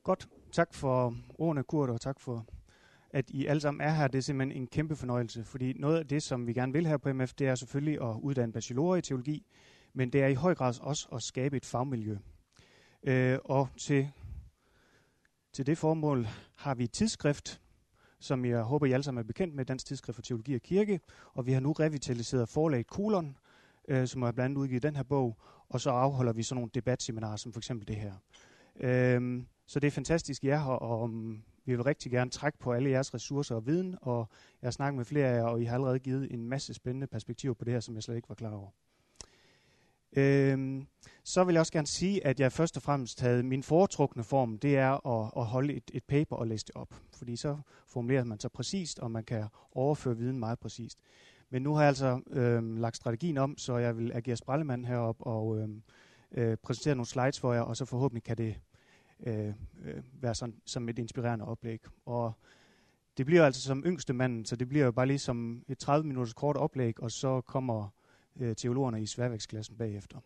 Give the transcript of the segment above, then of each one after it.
Godt. Tak for ordene, Kurt, og tak for, at I alle sammen er her. Det er simpelthen en kæmpe fornøjelse, fordi noget af det, som vi gerne vil her på MF, det er selvfølgelig at uddanne bachelorer i teologi, men det er i høj grad også at skabe et fagmiljø. Og til det formål har vi et tidsskrift, som jeg håber, I alle sammen er bekendt med, Dansk Tidsskrift for Teologi og Kirke, og vi har nu revitaliseret forlaget Kolon, som har blandt andet udgivet den her bog, og så afholder vi sådan nogle debatseminarer, som for eksempel det her. Så det er fantastisk, I er her, og vi vil rigtig gerne trække på alle jeres ressourcer og viden, og jeg har snakket med flere af jer, og I har allerede givet en masse spændende perspektiver på det her, som jeg slet ikke var klar over. Så vil jeg også gerne sige, at jeg først og fremmest havde min foretrukne form, det er at holde et paper og læse det op, fordi så formulerer man sig præcist, og man kan overføre viden meget præcist. Men nu har jeg altså lagt strategien om, så jeg vil agere sprælemand herop og præsentere nogle slides for jer, og så forhåbentlig kan det være sådan, som et inspirerende oplæg. Og det bliver altså som yngste manden, så det bliver jo bare lige som et 30 minutters kort oplæg, og så kommer teologerne i sværvægtsklassen bagefter.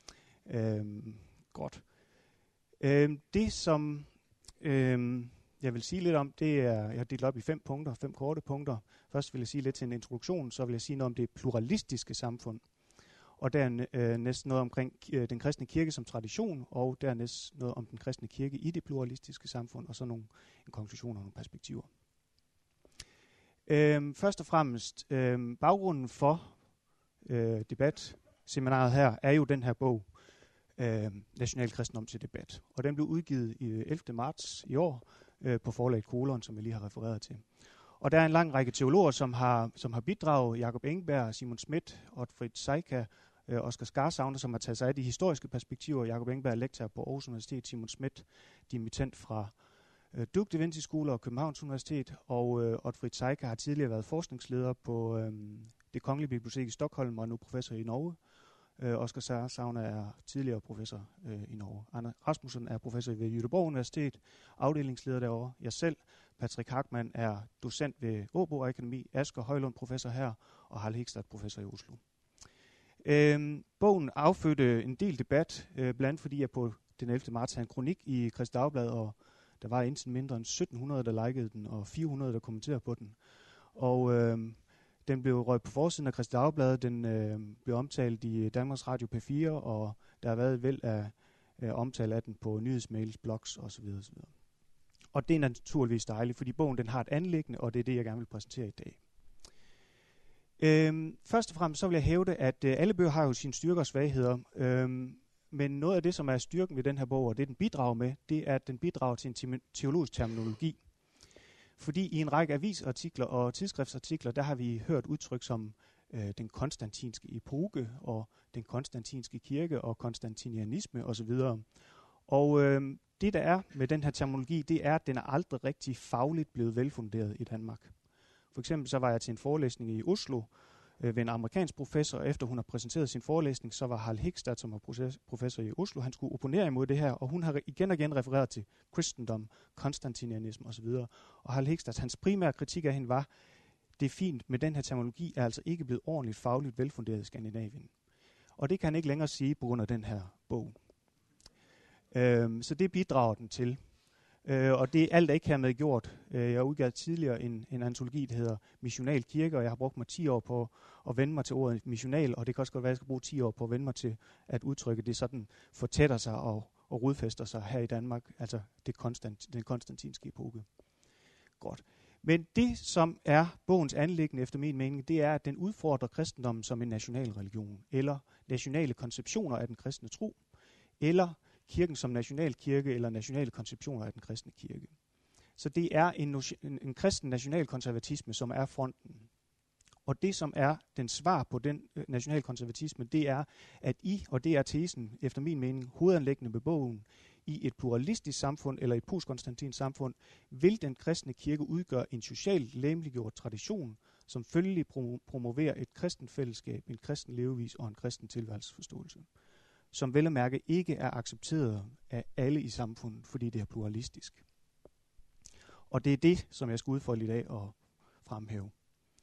Godt. Det som jeg vil sige lidt om, det er, jeg har delt op i 5 punkter, 5 korte punkter. Først vil jeg sige lidt til en introduktion, så vil jeg sige noget om det pluralistiske samfund, og dernæst noget omkring den kristne kirke som tradition, og dernæst noget om den kristne kirke i det pluralistiske samfund, og så en konklusion og nogle perspektiver. Først og fremmest, baggrunden for debatseminaret her er jo den her bog, National Kristendom til debat. Og den blev udgivet i 11. marts i år på forlaget Kolon, som jeg lige har refereret til. Og der er en lang række teologer, som har bidraget. Jakob Engberg, Simon Schmidt, Otfried Seika, Oscar Skarsavner, som har taget sig af de historiske perspektiver. Jakob Engberg er lektor på Aarhus Universitet, Simon Schmidt, dimittend fra Duke Divinity School og Københavns Universitet, og Otfried Seika har tidligere været forskningsleder på Det Kongelige Bibliotek i Stockholm og er nu professor i Norge. Oscar Skarsavner er tidligere professor i Norge. Anders Rasmussen er professor ved Göteborg Universitet, afdelingsleder derovre. Jeg selv, Patrick Hagman, er docent ved Åbo Akademi, Asger Højlund professor her, og Harald Hegstad professor i Oslo. Bogen affødte en del debat, blandt andet fordi jeg på den 11. marts havde en kronik i Kristeligt Dagblad, og der var indtil mindre end 1700, der likede den, og 400, der kommenterede på den. Og den blev røget på forsiden af Kristeligt Dagblad, den blev omtalt i Danmarks Radio P4, og der har været et væld af omtale af den på nyhedsmails, blogs osv. osv. Og det er naturligvis dejligt, fordi bogen den har et anliggende, og det er det, jeg gerne vil præsentere i dag. Først og fremmest så vil jeg hævde, at alle bøger har jo sine styrker og svagheder, men noget af det, som er styrken ved den her bog, og det den bidrager med, det er, at den bidrager til en teologisk terminologi. Fordi i en række avisartikler og tidsskriftsartikler, der har vi hørt udtryk som den konstantinske epoke, og den konstantinske kirke, og konstantinianisme osv. Og det, der er med den her terminologi, det er, at den er aldrig rigtig fagligt blevet velfunderet i Danmark. For eksempel så var jeg til en forelæsning i Oslo ved en amerikansk professor, og efter hun har præsenteret sin forelæsning, så var Harald Hegstad, som var professor i Oslo, han skulle opponere imod det her, og hun har igen og igen refereret til kristendom, konstantinianisme osv. Og Harald Hegstad, hans primære kritik af hende var, det er fint, men den her terminologi er altså ikke blevet ordentligt fagligt velfunderet i Skandinavien. Og det kan han ikke længere sige på grund af den her bog. Så det bidrager den til. Og det er alt ikke hermed gjort. Jeg har udgivet tidligere en antologi, der hedder Missional Kirke, og jeg har brugt mig 10 år på at vende mig til ordet missional, og det kan også godt være, at jeg skal bruge 10 år på at vende mig til at udtrykke det sådan, fortætter sig og rodfæster sig her i Danmark, altså den konstantinske epoke. Godt. Men det, som er bogens anliggende efter min mening, det er, at den udfordrer kristendommen som en national religion, eller nationale konceptioner af den kristne tro, eller kirken som nationalkirke, eller nationale konceptioner af den kristne kirke. Så det er en kristen nationalkonservatisme, som er fronten. Og det, som er den svar på den nationalkonservatisme, det er, at og det er tesen, efter min mening, hovedanliggende med bogen, i et pluralistisk samfund, eller et postkonstantinsk samfund, vil den kristne kirke udgøre en socialt legemliggjort tradition, som følgelig promoverer et kristent fællesskab, en kristen levevis og en kristen tilværelsesforståelse, som vel at mærke ikke er accepteret af alle i samfundet, fordi det er pluralistisk. Og det er det, som jeg skal udfolde i dag og fremhæve.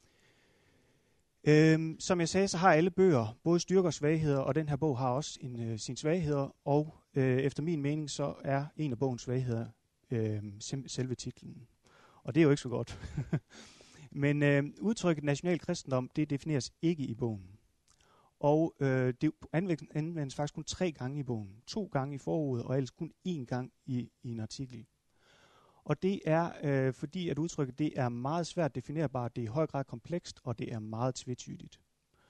Som jeg sagde, så har alle bøger både styrker og svagheder, og den her bog har også sine svagheder, og efter min mening så er en af bogens svagheder selve titlen. Og det er jo ikke så godt. Men udtrykket national kristendom, det defineres ikke i bogen. Og det anvendes faktisk kun 3 gange i bogen. 2 gange i forordet, og ellers kun 1 gang i en artikel. Og det er fordi, at udtrykket det er meget svært definerbart, det er i høj grad komplekst, og det er meget tvetydigt.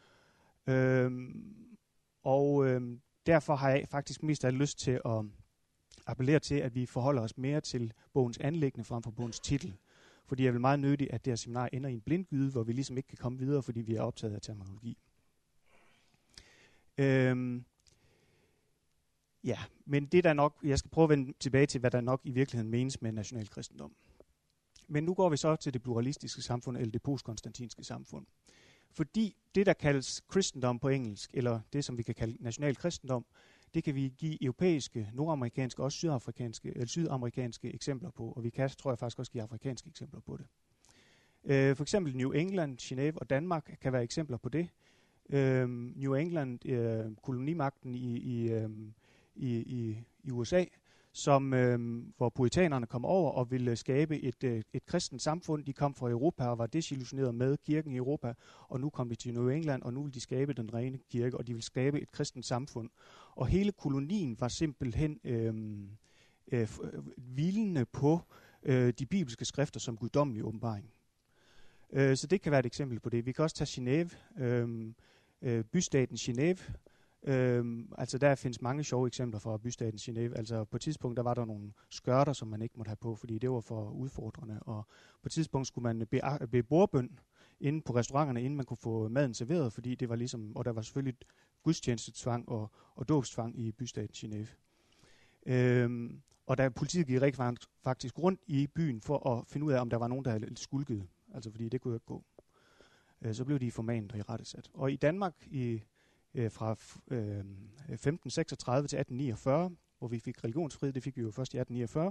Derfor har jeg faktisk mest af lyst til at appellere til, at vi forholder os mere til bogens anliggende frem for bogens titel. Fordi jeg vil meget nødig, at det her seminar ender i en blindgyde, hvor vi ligesom ikke kan komme videre, fordi vi er optaget af terminologi. Ja, men det der nok, jeg skal prøve at vende tilbage til, hvad der nok i virkeligheden menes med national kristendom. Men nu går vi så til det pluralistiske samfund, eller det postkonstantinske samfund. Fordi det, der kaldes kristendom på engelsk, eller det, som vi kan kalde national kristendom, det kan vi give europæiske, nordamerikanske og også sydamerikanske eksempler på, og vi kan, tror jeg faktisk også, give afrikanske eksempler på det. For eksempel New England, Genève og Danmark kan være eksempler på det. New England, kolonimagten i USA, hvor puritanerne kom over og ville skabe et kristent samfund. De kom fra Europa og var desillusioneret med kirken i Europa, og nu kom de til New England, og nu ville de skabe den rene kirke, og de ville skabe et kristent samfund. Og hele kolonien var simpelthen hvilende på de bibelske skrifter som guddommelig åbenbaring. Så det kan være et eksempel på det. Vi kan også tage Genève, bystaten Genève. Altså der findes mange sjove eksempler fra bystaten Genève. Altså på et tidspunkt der var der nogle skørter, som man ikke måtte have på, fordi det var for udfordrende. Og på et tidspunkt skulle man bede bordbøn inde på restauranterne, inden man kunne få maden serveret, fordi det var ligesom, og der var selvfølgelig gudstjenestetvang og dåbstvang i bystaten Genève. Og da politiet gik faktisk rundt i byen for at finde ud af, om der var nogen, der havde skulket. Altså fordi det kunne jo ikke gå. Så blev de formanet og irettesat. Og i Danmark fra 1536 til 1849, hvor vi fik religionsfrihed, det fik vi jo først i 1849,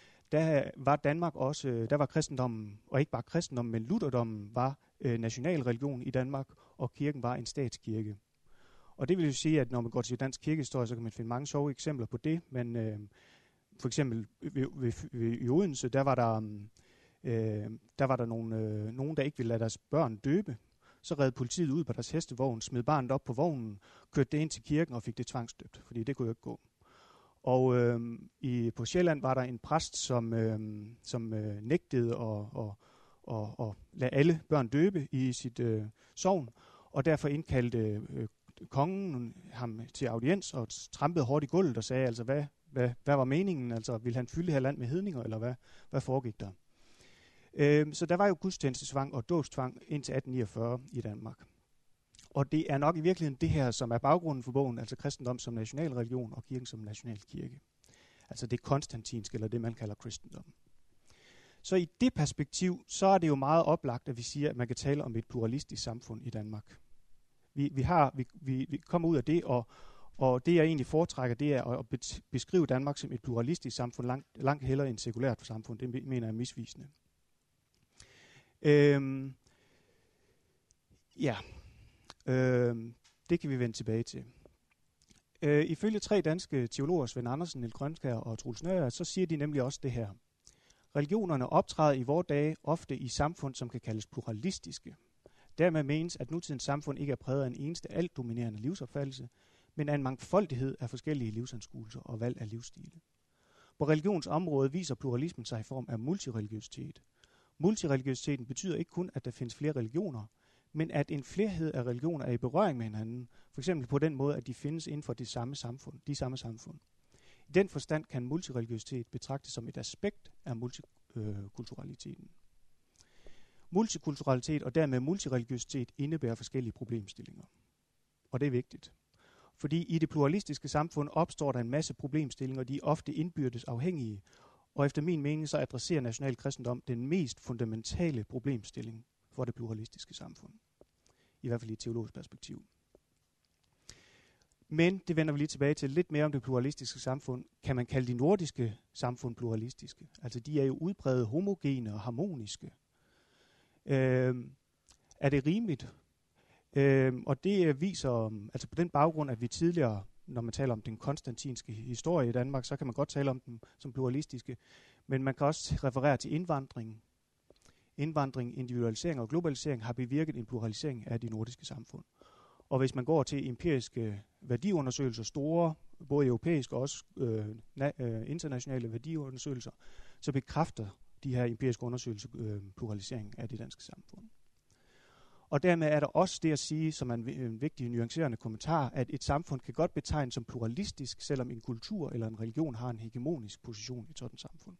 der var kristendommen, og ikke bare kristendommen, men lutherdommen var nationalreligion i Danmark, og kirken var en statskirke. Og det vil jo sige, at når man går til dansk kirkehistorie, så kan man finde mange sjove eksempler på det, men for eksempel i Odense, der var der nogen, der ikke ville lade deres børn døbe. Så red politiet ud på deres hestevogn, smed barnet op på vognen, kørte det ind til kirken og fik det tvangsdøbt, fordi det kunne jo ikke gå. Og på Sjælland var der en præst, som nægtede at lade alle børn døbe i sit sogn, og derfor indkaldte kongen ham til audiens og trampede hårdt i gulvet og sagde, altså hvad var meningen? Altså ville han fylde det her land med hedninger, eller hvad foregik der? Så der var jo gudstjenestetvang og dåbstvang indtil 1849 i Danmark. Og det er nok i virkeligheden det her, som er baggrunden for bogen, altså kristendom som nationalreligion og kirken som nationalkirke. Altså det konstantinske, eller det man kalder kristendom. Så i det perspektiv, så er det jo meget oplagt, at vi siger, at man kan tale om et pluralistisk samfund i Danmark. Vi kommer ud af det, og det jeg egentlig foretrækker, det er at beskrive Danmark som et pluralistisk samfund, langt hellere end sekulært samfund. Det mener jeg er misvisende. Det kan vi vende tilbage til. Ifølge 3 danske teologer, Svend Andersen, Niels Grønkjær og Troels Nørager, så siger de nemlig også det her. Religionerne optræder i vore dage ofte i samfund, som kan kaldes pluralistiske. Dermed menes, at nutidens samfund ikke er præget af en eneste alt dominerende livsopfattelse, men af en mangfoldighed af forskellige livsanskuelser og valg af livsstile. På religionsområdet viser pluralismen sig i form af multireligiøsitet. Multireligiøsiteten betyder ikke kun, at der findes flere religioner, men at en flerhed af religioner er i berøring med hinanden, for eksempel på den måde, at de findes inden for de samme samfund. I den forstand kan multireligiøsitet betragtes som et aspekt af multikulturaliteten. Multikulturalitet og dermed multireligiøsitet indebærer forskellige problemstillinger. Og det er vigtigt. Fordi i det pluralistiske samfund opstår der en masse problemstillinger, de er ofte indbyrdes afhængige, og efter min mening så adresserer national kristendom den mest fundamentale problemstilling for det pluralistiske samfund. I hvert fald i et teologisk perspektiv. Men det vender vi lige tilbage til lidt mere om det pluralistiske samfund. Kan man kalde de nordiske samfund pluralistiske? Altså de er jo udpræget homogene og harmoniske. Er det rimeligt? Og det viser, altså på den baggrund, at vi tidligere når man taler om den konstantinske historie i Danmark, så kan man godt tale om dem som pluralistiske, men man kan også referere til indvandring. Indvandring, individualisering og globalisering har bevirket en pluralisering af de nordiske samfund. Og hvis man går til empiriske værdiundersøgelser, store, både europæiske og også internationale værdiundersøgelser, så bekræfter de her empiriske undersøgelser pluraliseringen af det danske samfund. Og dermed er der også det at sige, som en vigtig nuancerende kommentar, at et samfund kan godt betegnes som pluralistisk, selvom en kultur eller en religion har en hegemonisk position i et sådan samfund.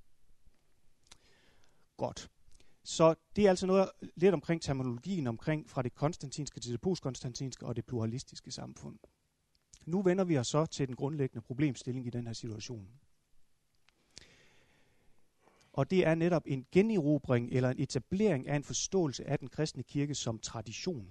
Godt. Så det er altså noget lidt omkring terminologien, omkring fra det konstantinske til det postkonstantinske og det pluralistiske samfund. Nu vender vi os så til den grundlæggende problemstilling i den her situation. Og det er netop en generobring eller en etablering af en forståelse af den kristne kirke som tradition.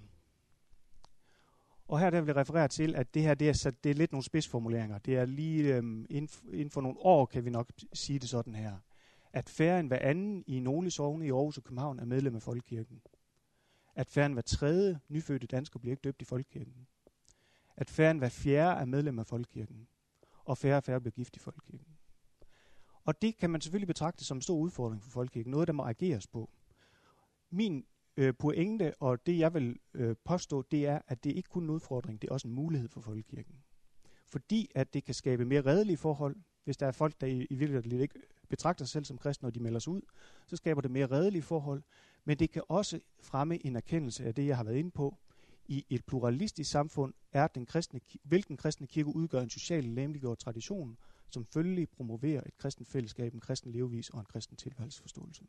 Og her der vil jeg referere til, at det her det er lidt nogle spidsformuleringer. Det er lige inden for nogle år, kan vi nok sige det sådan her, at færre end hver anden i nogle sogne i Aarhus og København er medlem af Folkekirken. At færre end hver tredje nyfødte dansker bliver ikke døbt i Folkekirken. At færre end hver fjerde er medlem af Folkekirken. Og færre bliver gift i Folkekirken. Og det kan man selvfølgelig betragte som en stor udfordring for Folkekirken. Noget, der må ageres på. Min pointe, og det jeg vil påstå, det er, at det ikke kun er en udfordring, det er også en mulighed for Folkekirken. Fordi at det kan skabe mere redelige forhold. Hvis der er folk, der i virkeligheden ikke betragter sig selv som kristne, og de melder sig ud, så skaber det mere redelige forhold. Men det kan også fremme en erkendelse af det, jeg har været inde på. I et pluralistisk samfund er hvilken kristne kirke udgør en social legemliggjort tradition, som følgelig promoverer et kristent fællesskab, en kristen levevis og en kristen tilværelsesforståelse.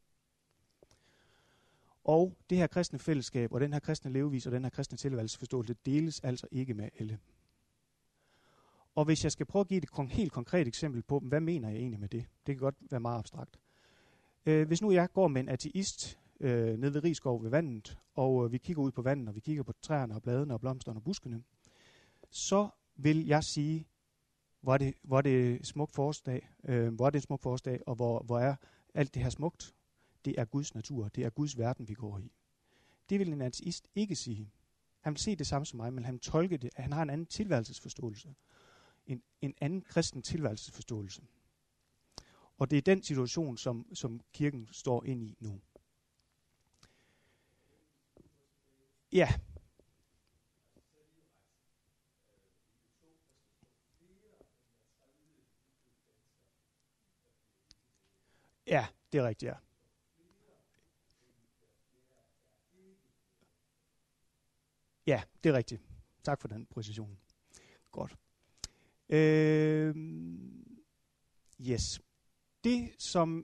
Og det her kristne fællesskab og den her kristne levevis og den her kristne tilværelsesforståelse deles altså ikke med alle. Og hvis jeg skal prøve at give et helt konkret eksempel på, hvad mener jeg egentlig med det? Det kan godt være meget abstrakt. Hvis nu jeg går med en ateist nede ved Rigskov ved vandet, og vi kigger ud på vandet, og vi kigger på træerne og bladene og blomsterne og buskene, så vil jeg sige, hvor er det smuk forårsdag, og hvor er alt det her smukt? Det er Guds natur, det er Guds verden, vi går i. Det vil en ateist ikke sige. Han vil se det samme som mig, men han tolker det, at han har en anden tilværelsesforståelse. En anden kristen tilværelsesforståelse. Og det er den situation, som kirken står ind i nu. Ja. Ja, det er rigtigt, ja. Ja, det er rigtigt. Tak for den præcision. Godt. Yes. Det, som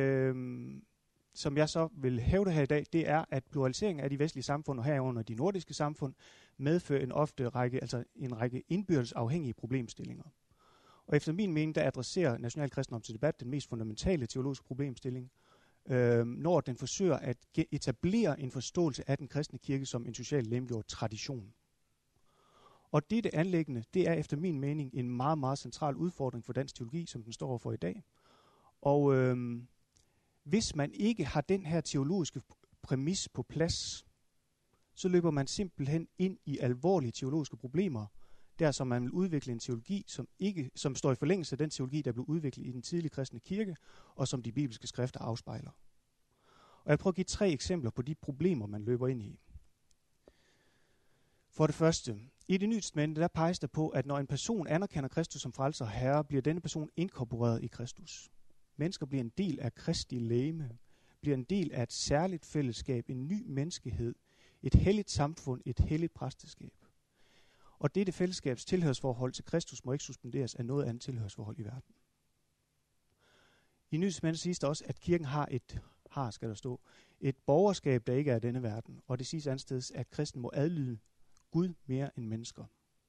jeg så vil hævde her i dag, det er, at pluraliseringen af de vestlige samfund og herunder de nordiske samfund medfører en række indbyrdes afhængige problemstillinger. Og efter min mening, der adresserer National Kristendom til Debat den mest fundamentale teologiske problemstilling, når den forsøger at etablere en forståelse af den kristne kirke som en socialt legemliggjort tradition. Og dette anliggende, det er efter min mening en meget, meget central udfordring for dansk teologi, som den står overfor i dag. Og hvis man ikke har den her teologiske præmis på plads, så løber man simpelthen ind i alvorlige teologiske problemer, der som man vil udvikle en teologi, som står i forlængelse af den teologi, der blev udviklet i den tidlige kristne kirke, og som de bibelske skrifter afspejler. Og jeg prøver at give 3 eksempler på de problemer, man løber ind i. For det første, i Det Nye Testamente, der peges der på, at når en person anerkender Kristus som frelser og herre, bliver denne person inkorporeret i Kristus. Mennesker bliver en del af Kristi legeme, bliver en del af et særligt fællesskab, en ny menneskehed, et helligt samfund, et helligt præsteskab. Og dette fællesskabs tilhørsforhold til Kristus må ikke suspenderes af noget andet tilhørsforhold i verden. I Nye Testamente siges der også, at kirken har et borgerskab, der ikke er af denne verden. Og det siges andetsteds, at kristen må adlyde Gud mere end mennesker.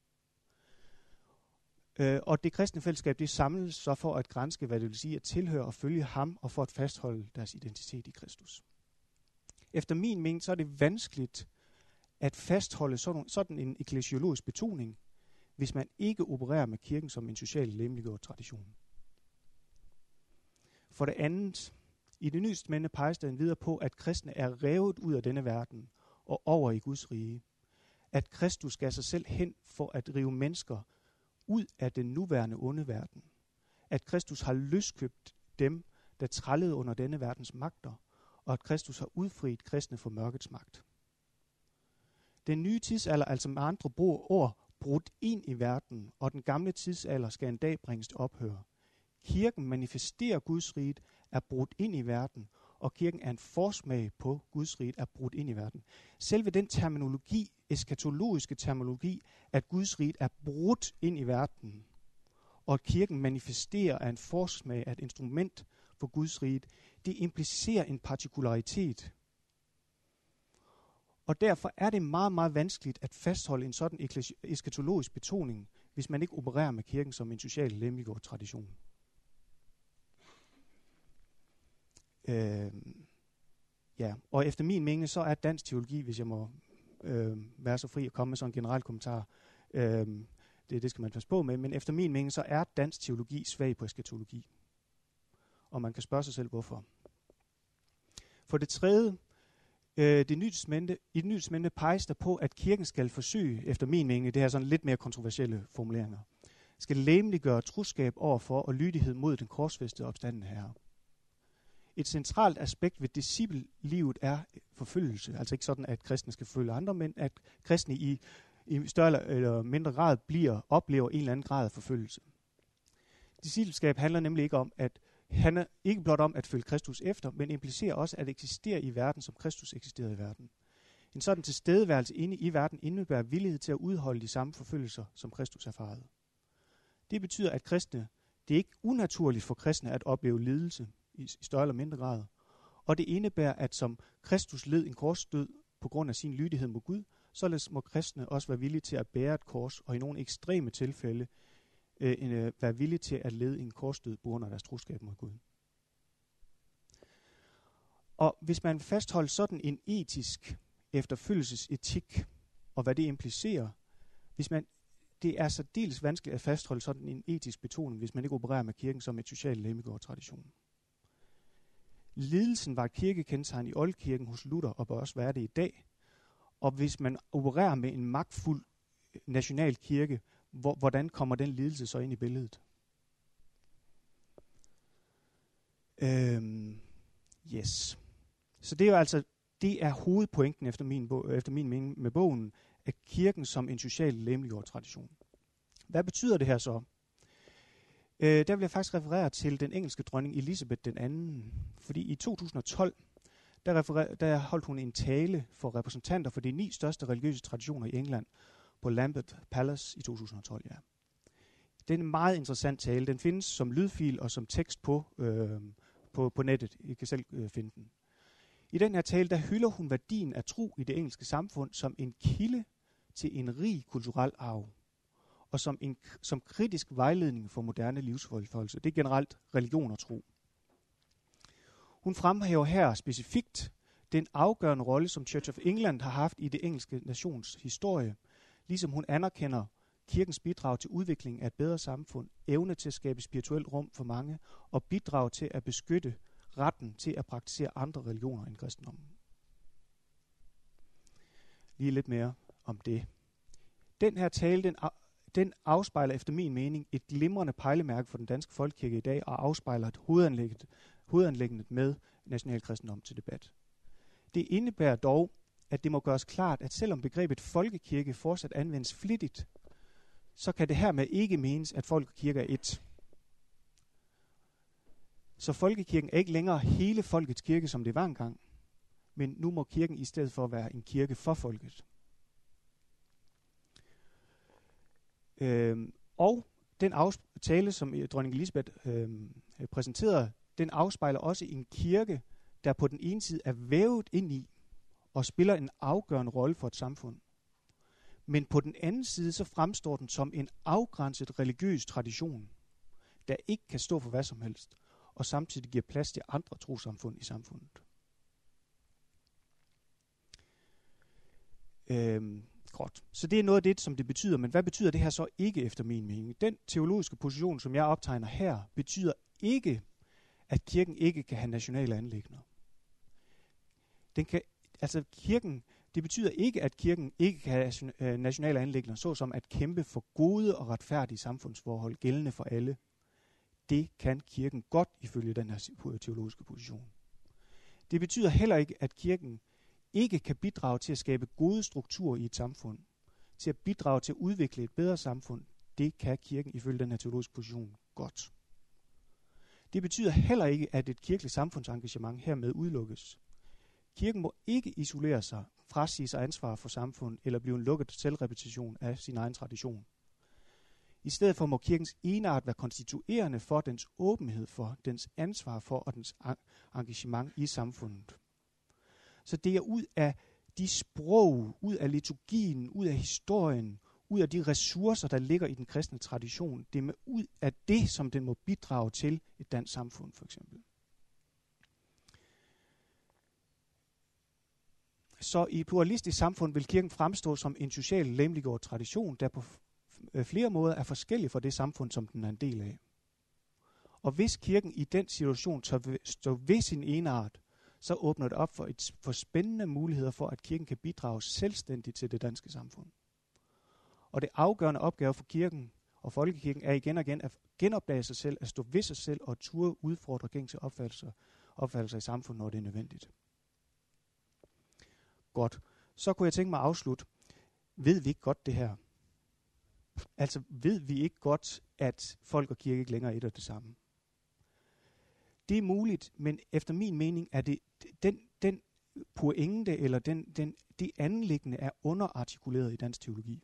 Og det kristne fællesskab, det samles så for at granske, hvad det vil sige at tilhøre og følge ham, og for at fastholde deres identitet i Kristus. Efter min mening, så er det vanskeligt at fastholde sådan en ekklesiologisk betoning, hvis man ikke opererer med kirken som en socialt legemliggjort tradition. For det andet, i Det Nye Testamente peges der endvidere på, at kristne er revet ud af denne verden og over i Guds rige. At Kristus gav sig selv hen for at rive mennesker ud af den nuværende onde verden. At Kristus har løskøbt dem, der trællede under denne verdens magter, og at Kristus har udfriet kristne fra mørkets magt. Den nye tidsalder, altså med andre ord, brudt ind i verden, og den gamle tidsalder skal en dag bringes til ophør. Kirken manifesterer Guds rige, er brudt ind i verden, og kirken er en forsmag på Guds rige, er brudt ind i verden. Selve den terminologi, eskatologiske terminologi, at Guds rige er brudt ind i verden, og at kirken manifesterer af en forsmag, af et instrument for Guds rige, det implicerer en partikularitet. Og derfor er det meget, meget vanskeligt at fastholde en sådan eskatologisk betoning, hvis man ikke opererer med kirken som en social legemliggjort tradition. Ja, og efter min mening, så er dansk teologi, hvis jeg må være så fri at komme med sådan en generel kommentar, det skal man passe på med, men efter min mening, så er dansk teologi svag på eskatologi. Og man kan spørge sig selv, hvorfor. For det tredje, i det nye testamente peges der på, at kirken skal forsøge, efter min mening, det her sådan lidt mere kontroversielle formuleringer, skal legemliggøre troskab overfor og lydighed mod den korsfæstede opstandende Herre. Et centralt aspekt ved disciplelivet er forfølgelse. Altså ikke sådan, at kristne skal forfølge andre, men at kristne i større eller mindre grad oplever en eller anden grad af forfølgelse. Discipleskab handler nemlig ikke blot om at følge Kristus efter, men implicerer også at eksistere i verden, som Kristus eksisterede i verden. En sådan tilstedeværelse inde i verden indebærer villighed til at udholde de samme forfølgelser, som Kristus erfarede. Det betyder, at kristne, det er ikke unaturligt for kristne at opleve lidelse i større eller mindre grad. Og det indebærer, at som Kristus led en korsdød på grund af sin lydighed mod Gud, således må kristne også være villige til at bære et kors, og i nogle ekstreme tilfælde være villige til at lede en korsdød på grund af deres troskab mod Gud. Og hvis man fastholder sådan en etisk efterfølgelsesetik, og hvad det implicerer, det er særdeles vanskeligt at fastholde sådan en etisk betoning, hvis man ikke opererer med kirken som et socialt legemliggjort tradition. Lidelsen var et kirkekendetegn i oldkirken hos Luther, og bør også være det i dag. Og hvis man opererer med en magtfuld national kirke, hvordan kommer den lidelse så ind i billedet? Yes. Så det er jo altså, det er hovedpointen efter min mening med bogen, at kirken som en social legemliggjort tradition. Hvad betyder det her så? Der vil jeg faktisk referere til den engelske dronning Elisabeth II, fordi i 2012, der holdt hun en tale for repræsentanter for de 9 største religiøse traditioner i England på Lambeth Palace i 2012. Ja. Det er en meget interessant tale. Den findes som lydfil og som tekst på nettet. I kan selv finde den. I den her tale, der hylder hun værdien af tro i det engelske samfund som en kilde til en rig kulturel arv, og som kritisk vejledning for moderne livsforholdelse. Det er generelt religion og tro. Hun fremhæver her specifikt den afgørende rolle, som Church of England har haft i det engelske nations historie, ligesom hun anerkender kirkens bidrag til udvikling af et bedre samfund, evne til at skabe spirituelt rum for mange, og bidrag til at beskytte retten til at praktisere andre religioner end kristendommen. Lige lidt mere om det. Den her tale, den afspejler efter min mening et glimrende pejlemærke for den danske folkekirke i dag, og afspejler et hovedanlægget med national kristendom til debat. Det indebærer dog, at det må gøres klart, at selvom begrebet folkekirke fortsat anvendes flittigt, så kan det hermed ikke menes, at folkekirke er ét. Så folkekirken er ikke længere hele folkets kirke, som det var engang, men nu må kirken i stedet for være en kirke for folket. Og den tale, som dronning Elisabeth præsenterede, den afspejler også en kirke, der på den ene side er vævet ind i og spiller en afgørende rolle for et samfund. Men på den anden side, så fremstår den som en afgrænset religiøs tradition, der ikke kan stå for hvad som helst, og samtidig giver plads til andre trossamfund i samfundet. Godt. Så det er noget af det, som det betyder, men hvad betyder det her så ikke efter min mening? Den teologiske position, som jeg optegner her, betyder ikke, at kirken ikke kan have nationale anliggender. Kirken Det betyder ikke, at kirken ikke kan have nationale anliggender, såsom at kæmpe for gode og retfærdige samfundsforhold gældende for alle. Det kan kirken godt ifølge den her teologiske position. Det betyder heller ikke, at kirken ikke kan bidrage til at skabe gode strukturer i et samfund, til at bidrage til at udvikle et bedre samfund. Det kan kirken ifølge den her teologiske position godt. Det betyder heller ikke, at et kirkeligt samfundsengagement hermed udelukkes. Kirken må ikke isolere sig, frasige sig ansvar for samfundet eller blive en lukket selvrepetition af sin egen tradition. I stedet for må kirkens eneart være konstituerende for dens åbenhed for, dens ansvar for og dens engagement i samfundet. Så det er ud af de sprog, ud af liturgien, ud af historien, ud af de ressourcer, der ligger i den kristne tradition. Det er med ud af det, som den må bidrage til et dansk samfund, for eksempel. Så i et pluralistisk samfund vil kirken fremstå som en social legemliggjort tradition, der på flere måder er forskellig fra det samfund, som den er en del af. Og hvis kirken i den situation står ved sin eneart, så åbner det op for spændende muligheder for, at kirken kan bidrage selvstændigt til det danske samfund. Og det afgørende opgave for kirken og folkekirken er igen og igen at genopdage sig selv, at stå ved sig selv og turde udfordre gængse opfattelser i samfundet, når det er nødvendigt. Godt. Så kunne jeg tænke mig at afslutte. Ved vi ikke godt det her? Altså ved vi ikke godt, at folk og kirke ikke længere er et og det samme? Det er muligt, men efter min mening er det den pointe eller det anliggende er underartikuleret i dansk teologi.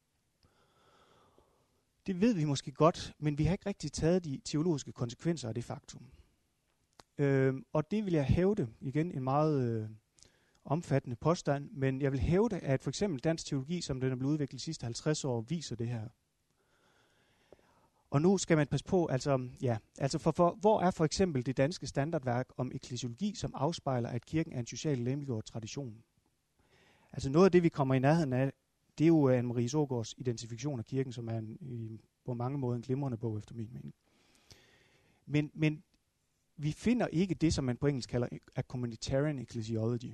Det ved vi måske godt, men vi har ikke rigtig taget de teologiske konsekvenser af det faktum. Og det vil jeg hævde, igen en meget omfattende påstand, men jeg vil hævde, at for eksempel dansk teologi, som den er blevet udviklet de sidste 50 år, viser det her. Og nu skal man passe på, hvor er for eksempel det danske standardværk om eklesiologi, som afspejler, at kirken er en social legemliggjort tradition? Altså noget af det, vi kommer i nærheden af, det er jo Anne-Marie Søgaards identifikation af kirken, som er på mange måder en glimrende bog, efter min mening. Men vi finder ikke det, som man på engelsk kalder a communitarian ecclesiology.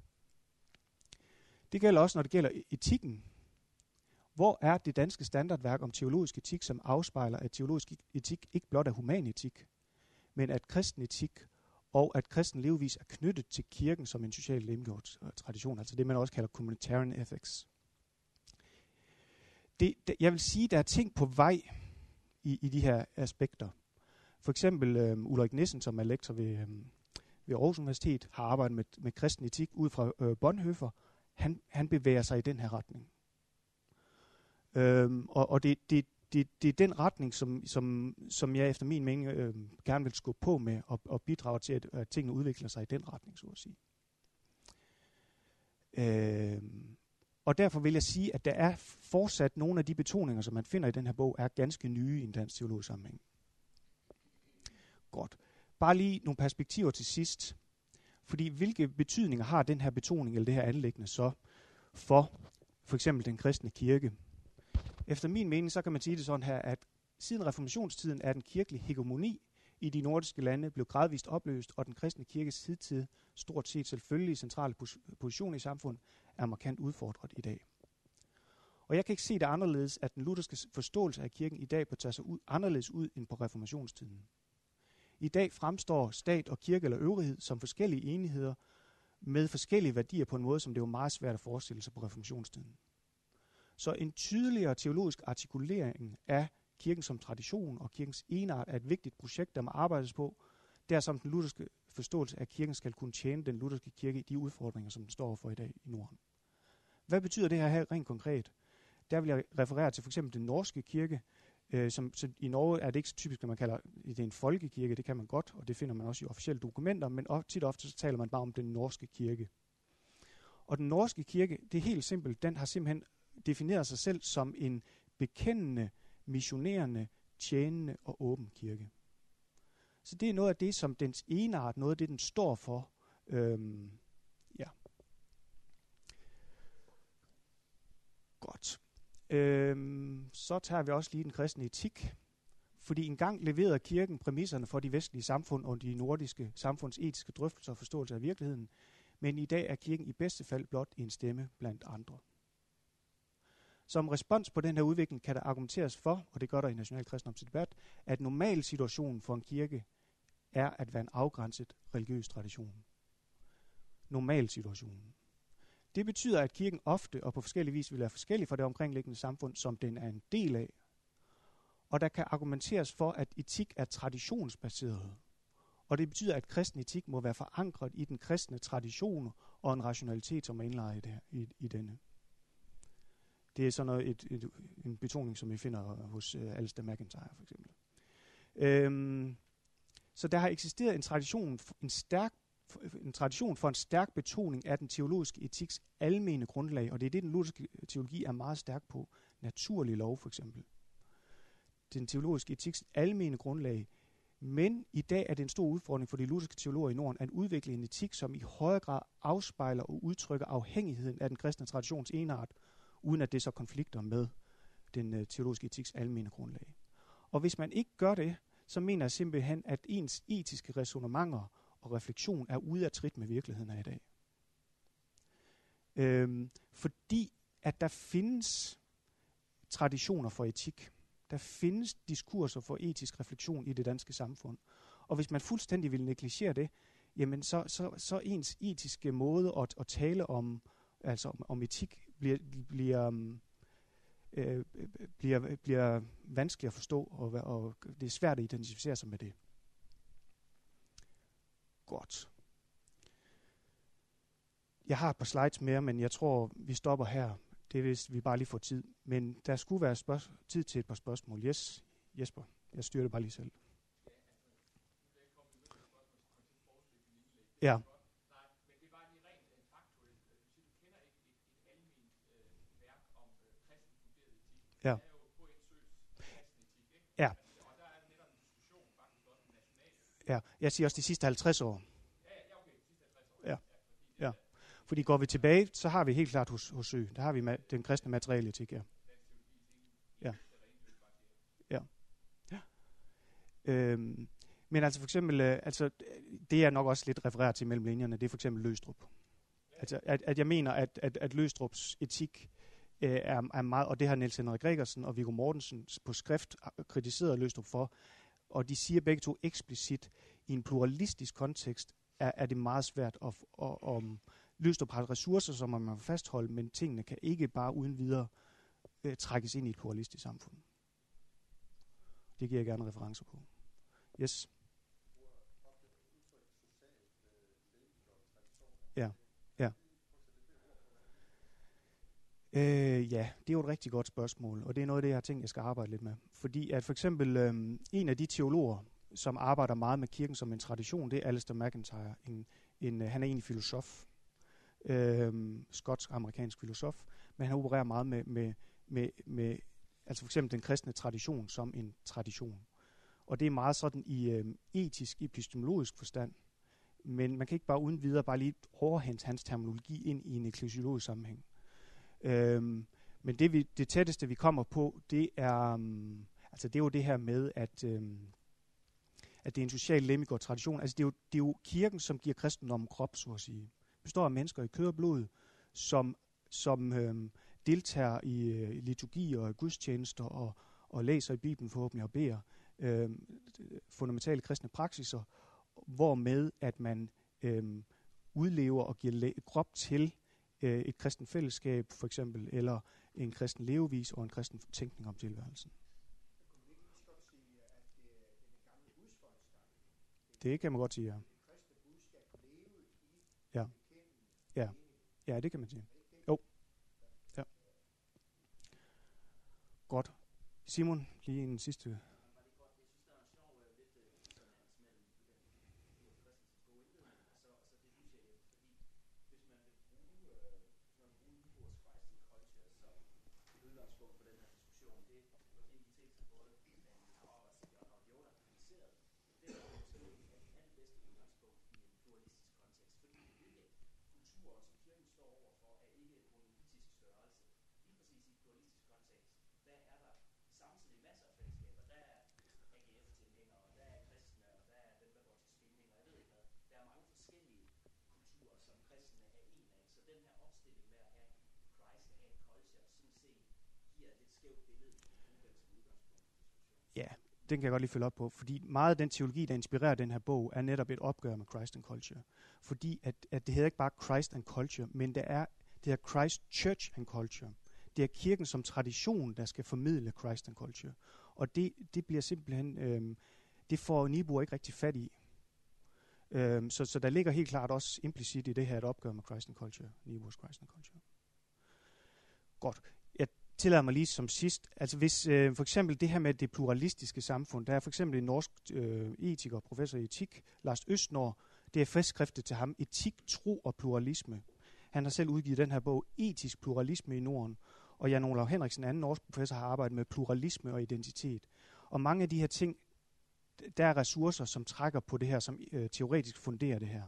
Det gælder også, når det gælder etikken. Hvor er det danske standardværk om teologisk etik, som afspejler, at teologisk etik ikke blot er human etik, men at kristen etik og at kristen levevis er knyttet til kirken som en social legemgjort tradition, altså det, man også kalder communitarian ethics. Jeg vil sige, at der er ting på vej i de her aspekter. For eksempel Ulrik Nissen, som er lektor ved Aarhus Universitet, har arbejdet med kristen etik ud fra Bonhoeffer. Han bevæger sig i den her retning. Og det er den retning, som jeg efter min mening gerne vil skubbe på med og bidrage til, at tingene udvikler sig i den retning, så at sige. Og derfor vil jeg sige, at der er fortsat nogle af de betoninger, som man finder i den her bog, er ganske nye i en dansk teologisk sammenhæng. Godt. Bare lige nogle perspektiver til sidst. Fordi hvilke betydninger har den her betoning eller det her anliggende så for eksempel den kristne kirke? Efter min mening, så kan man sige det sådan her, at siden reformationstiden er den kirkelige hegemoni i de nordiske lande blevet gradvist opløst, og den kristne kirkes hidtil stort set selvfølgelige centrale position i samfundet er markant udfordret i dag. Og jeg kan ikke se det anderledes, at den lutherske forståelse af kirken i dag bør tage sig anderledes ud end på reformationstiden. I dag fremstår stat og kirke eller øvrighed som forskellige enheder med forskellige værdier på en måde, som det var meget svært at forestille sig på reformationstiden. Så en tydeligere teologisk artikulering af kirken som tradition og kirkens egenart er et vigtigt projekt, der må arbejdes på, der som den lutherske forståelse af kirken skal kunne tjene den lutherske kirke i de udfordringer, som den står for i dag i Norden. Hvad betyder det her rent konkret? Der vil jeg referere til for eksempel den norske kirke, som i Norge er det ikke så typisk, at man kalder det en folkekirke, det kan man godt, og det finder man også i officielle dokumenter, men tit og ofte så taler man bare om den norske kirke. Og den norske kirke, det er helt simpelt, den har simpelthen defineret sig selv som en bekendende, missionerende, tjenende og åben kirke. Så det er noget af det, som dens egenart, noget af det, den står for. Godt. Så tager vi også lige den kristne etik, fordi engang leverede kirken præmisserne for de vestlige samfund og de nordiske samfunds etiske drøftelser og forståelse af virkeligheden, men i dag er kirken i bedste fald blot en stemme blandt andre. Som respons på den her udvikling kan der argumenteres for, og det gør der i National Kristendom Debat, at normal situationen for en kirke er at være en afgrænset religiøs tradition. Normal situationen. Det betyder, at kirken ofte og på forskellige vis vil være forskellig fra det omkringliggende samfund, som den er en del af. Og der kan argumenteres for, at etik er traditionsbaseret. Og det betyder, at kristen etik må være forankret i den kristne tradition og en rationalitet, som er indlejret i denne. Det er sådan noget, en betoning, som vi finder hos Alistair MacIntyre for eksempel. Så der har eksisteret en tradition for en stærk betoning af den teologiske etiks almene grundlag, og det er det, den lutherske teologi er meget stærk på. Naturlig lov for eksempel. Den teologiske etiks almene grundlag. Men i dag er det en stor udfordring for de lutherske teologer i Norden at udvikle en etik, som i højere grad afspejler og udtrykker afhængigheden af den kristne traditions enart, uden at det så konflikter med den teologiske etiks almene grundlag. Og hvis man ikke gør det, så mener jeg simpelthen, at ens etiske ræsonnementer og refleksion er ude af trit med virkeligheden af i dag. Fordi at der findes traditioner for etik. Der findes diskurser for etisk refleksion i det danske samfund. Og hvis man fuldstændig vil negligere det, jamen så ens etiske måde at tale om, altså om etik bliver vanskeligt at forstå, og det er svært at identificere sig med det. Godt. Jeg har et par slides mere, men jeg tror, vi stopper her. Det er, hvis vi bare lige får tid. Men der skulle være tid til et par spørgsmål. Yes, Jesper. Jeg styrer det bare lige selv. Ja. Ja. Ja. Ja. Jeg siger også de sidste 50 år. Ja. Ja. Fordi går vi tilbage, så har vi helt klart hos Sø. Der har vi den kristne materialetik, ja. Ja. Ja. Ja. Men altså for eksempel, det er nok også lidt refereret til mellem linjerne, det er for eksempel Løgstrup. Altså, at jeg mener, at Løgstrups etik er meget, og det har Niels Henrik Gregersen og Viggo Mortensen på skrift kritiseret Løgstrup for, og de siger begge to eksplicit, i en pluralistisk kontekst er det meget svært at Løgstrup har ressourcer, som man må fastholde, men tingene kan ikke bare uden videre trækkes ind i et pluralistisk samfund. Det giver jeg gerne referencer på. Yes. Ja. Ja. Ja, det er jo et rigtig godt spørgsmål, og det er noget af det, jeg har tænkt, jeg skal arbejde lidt med. Fordi at for eksempel en af de teologer, som arbejder meget med kirken som en tradition, det er Alistair MacIntyre. Han er egentlig filosof, skotsk-amerikansk filosof, men han opererer meget med altså for eksempel den kristne tradition som en tradition. Og det er meget sådan i etisk, epistemologisk forstand, men man kan ikke bare uden videre bare lige overhente hans terminologi ind i en eklesiologisk sammenhæng. Men det tætteste, vi kommer på, det er det er jo det her med, at det er en social lemmig og tradition. Altså det er jo kirken, som giver kristendommen krop, så at sige. Det består af mennesker i kød og blod, som deltager i liturgi og gudstjenester og læser i Bibelen forhåbentlig og beder fundamentale kristne praksiser, hvormed at man udlever og giver krop til et kristen fællesskab for eksempel, eller en kristen levevis og en kristen tænkning om tilværelsen. Det kan man godt sige, ja. Ja. Ja. Ja, det kan man sige. Jo. Ja. Godt. Simon, lige en sidste. Ja, den kan jeg godt lige følge op på, fordi meget af den teologi, der inspirerer den her bog, er netop et opgør med Christ and Culture. Fordi at det hedder ikke bare Christ and Culture, men det er Christ Church and Culture. Det er kirken som tradition, der skal formidle Christ and Culture. Og det bliver simpelthen, det får Niebuhr ikke rigtig fat i. Så der ligger helt klart også implicit i det her et opgør med Christ and Culture, Niebuhrs Christ and Culture. Godt. Jeg tillader mig lige som sidst, altså hvis for eksempel det her med det pluralistiske samfund, der er for eksempel en norsk etiker, professor i etik, Lars Østnor, det er festskriftet til ham, Etik, tro og pluralisme. Han har selv udgivet den her bog, Etisk pluralisme i Norden, og Jan Olav Henriksen, anden norsk professor, har arbejdet med pluralisme og identitet. Og mange af de her ting, der er ressourcer, som trækker på det her, som teoretisk funderer det her.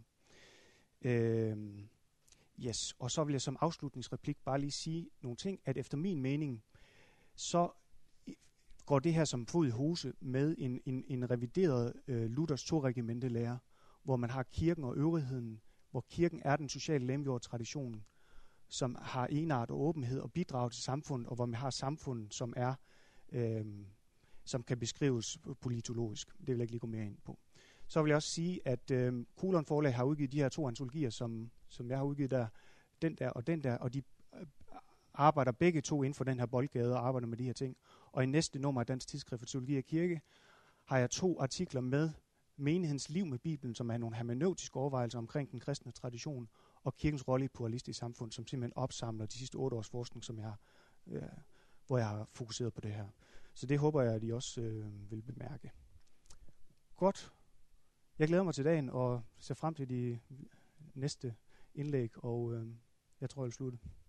Yes, og så vil jeg som afslutningsreplik bare lige sige nogle ting, at efter min mening, så går det her som fod i hose med en revideret Luthers to-regimente-lære, hvor man har kirken og øvrigheden, hvor kirken er den sociale lemgjorte tradition, som har enart og åbenhed og bidrager til samfundet, og hvor man har samfundet, som er som kan beskrives politologisk. Det vil jeg ikke lige gå mere ind på. Så vil jeg også sige, at Kolon Forlag har udgivet de her 2 antologier, som jeg har udgivet der, den der, og de arbejder begge 2 inden for den her boldgade og arbejder med de her ting. Og i næste nummer af Dansk Tidsskrift for Teologi og Kirke har jeg 2 artikler med menighedens liv med Bibelen, som er nogle hermeneutiske overvejelser omkring den kristne tradition og kirkens rolle i pluralistisk samfund, som simpelthen opsamler de sidste 8 års forskning, som hvor jeg har fokuseret på det her. Så det håber jeg, at I også vil bemærke. Godt. Jeg glæder mig til dagen og ser frem til de næste indlæg, og jeg tror, jeg vil slutte.